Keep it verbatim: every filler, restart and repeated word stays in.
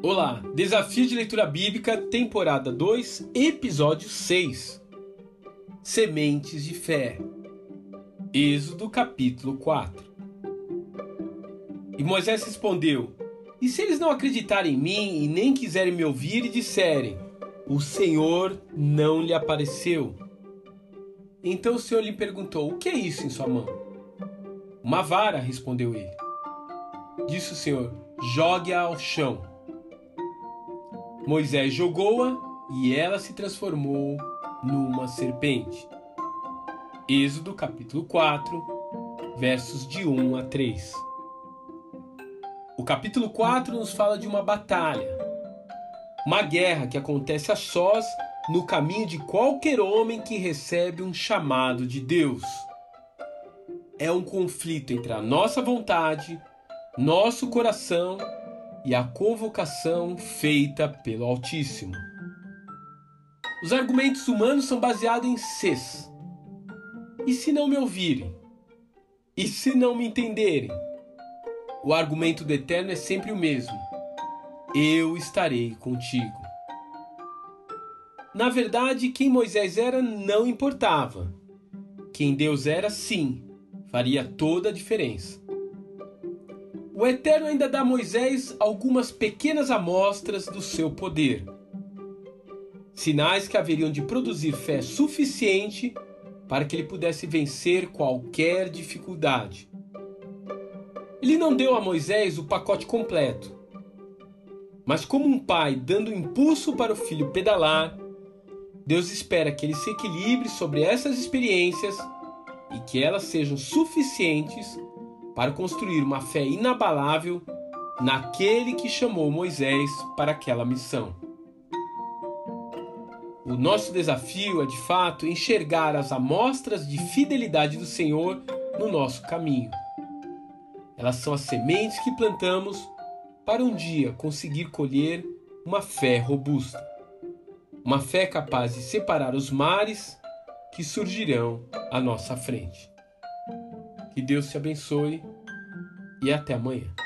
Olá, Desafio de Leitura Bíblica, temporada dois, episódio seis. Sementes de Fé. Êxodo capítulo quatro. E Moisés respondeu: E se eles não acreditarem em mim e nem quiserem me ouvir e disserem: O Senhor não lhe apareceu? Então o Senhor lhe perguntou: O que é isso em sua mão? Uma vara, respondeu ele. Disse o Senhor: Jogue-a ao chão. Moisés jogou-a e ela se transformou numa serpente. Êxodo capítulo quatro, versos de um a três. O capítulo quatro nos fala de uma batalha, uma guerra que acontece a sós no caminho de qualquer homem que recebe um chamado de Deus. É um conflito entre a nossa vontade, nosso coração e a convocação feita pelo Altíssimo. Os argumentos humanos são baseados em ses. E se não me ouvirem? E se não me entenderem? O argumento do Eterno é sempre o mesmo: eu estarei contigo. Na verdade, quem Moisés era não importava. Quem Deus era, sim, faria toda a diferença. O Eterno ainda dá a Moisés algumas pequenas amostras do seu poder. Sinais que haveriam de produzir fé suficiente para que ele pudesse vencer qualquer dificuldade. Ele não deu a Moisés o pacote completo. Mas como um pai dando impulso para o filho pedalar, Deus espera que ele se equilibre sobre essas experiências e que elas sejam suficientes para construir uma fé inabalável naquele que chamou Moisés para aquela missão. O nosso desafio é, de fato, enxergar as amostras de fidelidade do Senhor no nosso caminho. Elas são as sementes que plantamos para um dia conseguir colher uma fé robusta. Uma fé capaz de separar os mares que surgirão à nossa frente. Que Deus te abençoe e até amanhã.